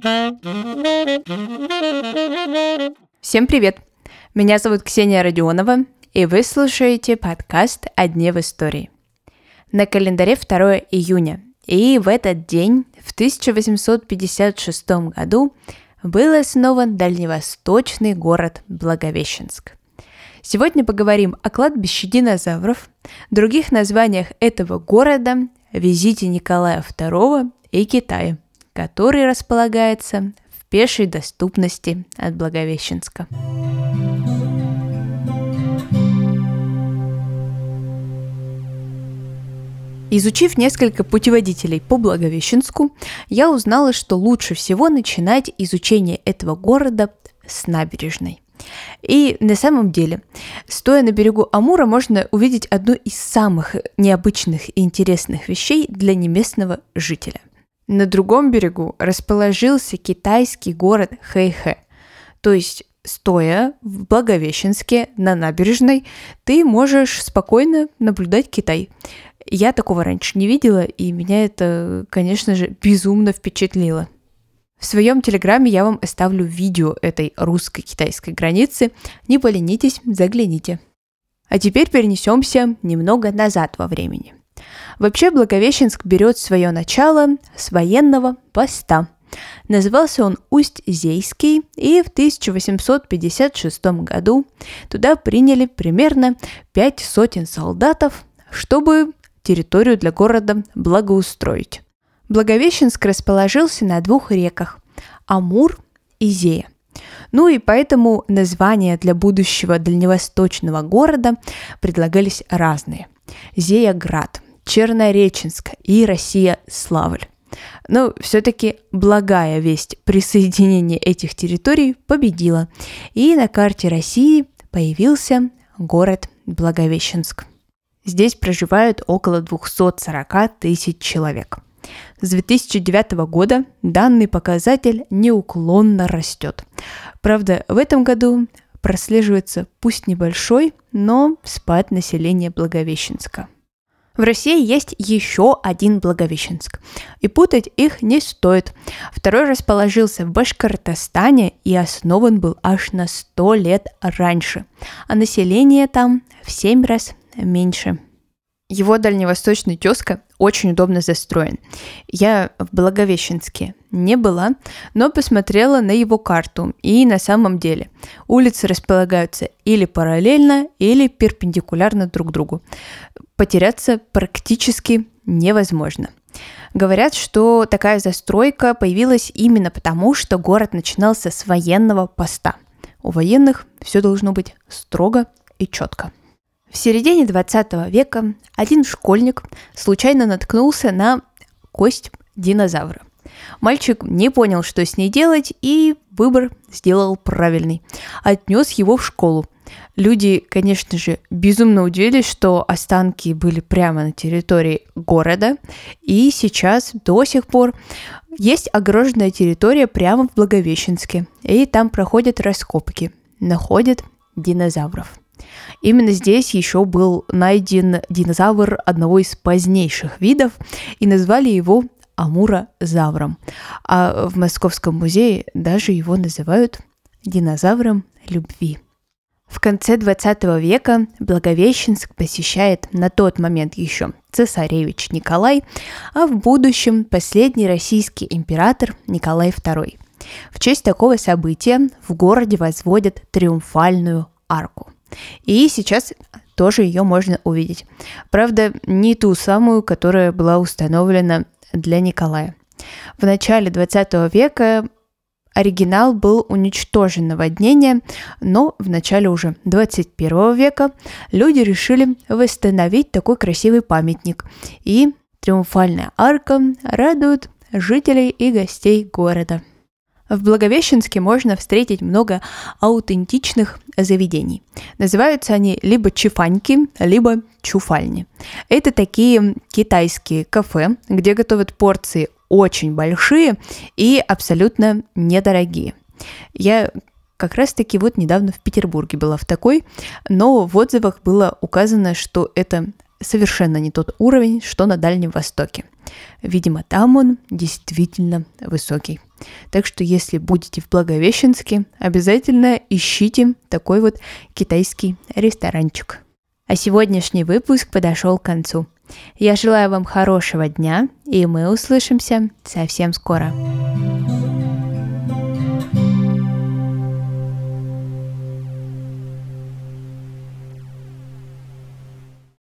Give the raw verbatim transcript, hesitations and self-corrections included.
Всем привет! Меня зовут Ксения Родионова, и вы слушаете подкаст «О дне в истории». На календаре второе июня, и в этот день, в тысяча восемьсот пятьдесят шестом году, был основан дальневосточный город Благовещенск. Сегодня поговорим о кладбище динозавров, других названиях этого города, визите Николая второго и Китае, который располагается в пешей доступности от Благовещенска. Изучив несколько путеводителей по Благовещенску, я узнала, что лучше всего начинать изучение этого города с набережной. И на самом деле, стоя на берегу Амура, можно увидеть одну из самых необычных и интересных вещей для неместного жителя. На другом берегу расположился китайский город Хэйхэ, то есть стоя в Благовещенске на набережной, ты можешь спокойно наблюдать Китай. Я такого раньше не видела, и меня это, конечно же, безумно впечатлило. В своем телеграме я вам оставлю видео этой русско-китайской границы. Не поленитесь, загляните. А теперь перенесемся немного назад во времени. Вообще Благовещенск берет свое начало с военного поста. Назывался он Усть-Зейский, и в тысяча восемьсот пятьдесят шестом году туда приняли примерно пять сотен солдатов, чтобы территорию для города благоустроить. Благовещенск расположился на двух реках – Амур и Зея. Ну и поэтому названия для будущего дальневосточного города предлагались разные – Зеяград, Чернореченск и Россия-Славль. Но все-таки благая весть присоединения этих территорий победила, и на карте России появился город Благовещенск. Здесь проживают около двести сорок тысяч человек. С две тысячи девятого года данный показатель неуклонно растет. Правда, в этом году прослеживается пусть небольшой, но спад населения Благовещенска. В России есть еще один Благовещенск, и путать их не стоит. Второй расположился в Башкортостане и основан был аж на сто лет раньше, а население там в семь раз меньше. Его дальневосточный тезка очень удобно застроен. Я в Благовещенске не была, но посмотрела на его карту, и на самом деле улицы располагаются или параллельно, или перпендикулярно друг другу. Потеряться практически невозможно. Говорят, что такая застройка появилась именно потому, что город начинался с военного поста. У военных все должно быть строго и четко. В середине двадцатого века один школьник случайно наткнулся на кость динозавра. Мальчик не понял, что с ней делать, и выбор сделал правильный. Отнес его в школу. Люди, конечно же, безумно удивились, что останки были прямо на территории города, и сейчас до сих пор есть огороженная территория прямо в Благовещенске, и там проходят раскопки, находят динозавров. Именно здесь еще был найден динозавр одного из позднейших видов, и назвали его амурозавром. А в Московском музее даже его называют динозавром любви. В конце двадцатого века Благовещенск посещает на тот момент еще цесаревич Николай, а в будущем последний российский император Николай второй. В честь такого события в городе возводят триумфальную арку. И сейчас тоже ее можно увидеть. Правда, не ту самую, которая была установлена для Николая. В начале двадцатого века оригинал был уничтожен наводнением, но в начале уже двадцать первого века люди решили восстановить такой красивый памятник. И триумфальная арка радует жителей и гостей города. В Благовещенске можно встретить много аутентичных заведений. Называются они либо чифаньки, либо чуфальни. Это такие китайские кафе, где готовят порции очень большие и абсолютно недорогие. Я как раз-таки вот недавно в Петербурге была в такой, но в отзывах было указано, что это совершенно не тот уровень, что на Дальнем Востоке. Видимо, там он действительно высокий. Так что если будете в Благовещенске, обязательно ищите такой вот китайский ресторанчик. А сегодняшний выпуск подошел к концу. Я желаю вам хорошего дня, и мы услышимся совсем скоро.